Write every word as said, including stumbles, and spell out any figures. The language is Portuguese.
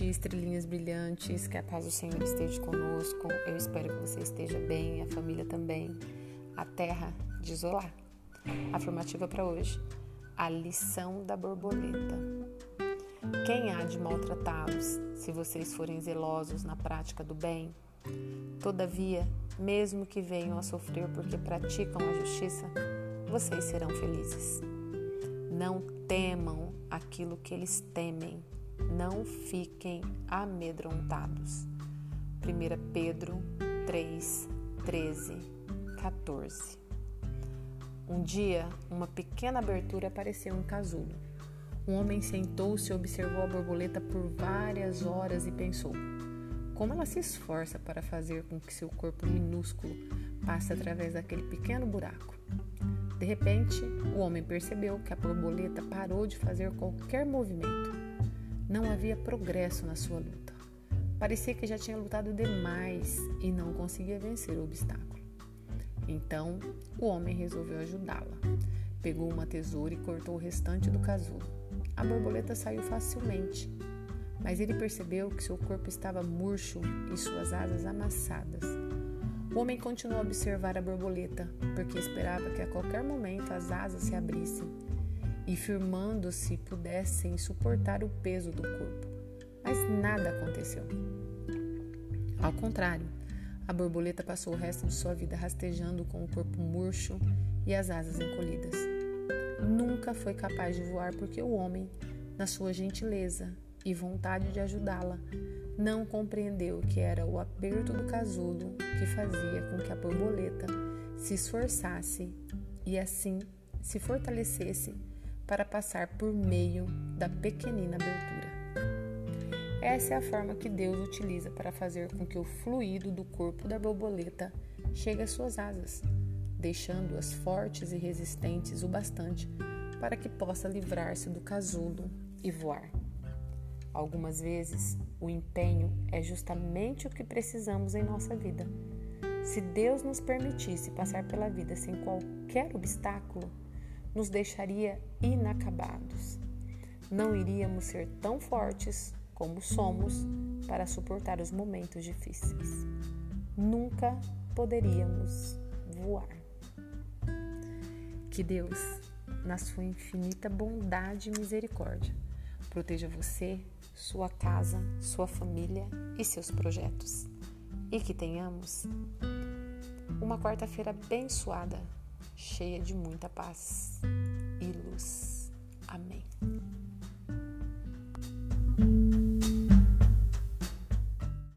noite, estrelinhas brilhantes, que a paz do Senhor esteja conosco. Eu espero que você esteja bem, a família também. A terra de Zola. Afirmativa para hoje: a lição da borboleta. Quem há de maltratá-los, se vocês forem zelosos na prática do bem? Todavia, mesmo que venham a sofrer porque praticam a justiça, vocês serão felizes. Não temam aquilo que eles temem, não fiquem amedrontados. primeira Pedro três, treze, quatorze. Um dia, uma pequena abertura apareceu em um casulo. Um homem sentou-se e observou a borboleta por várias horas e pensou: como ela se esforça para fazer com que seu corpo minúsculo passe através daquele pequeno buraco. De repente, o homem percebeu que a borboleta parou de fazer qualquer movimento. Não havia progresso na sua luta. Parecia que já tinha lutado demais e não conseguia vencer o obstáculo. Então, o homem resolveu ajudá-la. Pegou uma tesoura e cortou o restante do casulo. A borboleta saiu facilmente, mas ele percebeu que seu corpo estava murcho e suas asas amassadas. O homem continuou a observar a borboleta, porque esperava que a qualquer momento as asas se abrissem e, firmando-se, pudessem suportar o peso do corpo. Mas nada aconteceu. Ao contrário, a borboleta passou o resto de sua vida rastejando com o corpo murcho e as asas encolhidas. Nunca foi capaz de voar porque o homem, na sua gentileza e vontade de ajudá-la, não compreendeu que era o aperto do casulo que fazia com que a borboleta se esforçasse e assim se fortalecesse para passar por meio da pequenina abertura. Essa é a forma que Deus utiliza para fazer com que o fluido do corpo da borboleta chegue às suas asas, deixando-as fortes e resistentes o bastante para que possa livrar-se do casulo e voar. Algumas vezes, o empenho é justamente o que precisamos em nossa vida. Se Deus nos permitisse passar pela vida sem qualquer obstáculo, nos deixaria inacabados. Não iríamos ser tão fortes como somos para suportar os momentos difíceis. Nunca poderíamos voar. Que Deus, na sua infinita bondade e misericórdia, proteja você, sua casa, sua família e seus projetos. E que tenhamos uma quarta-feira abençoada, cheia de muita paz e luz. Amém.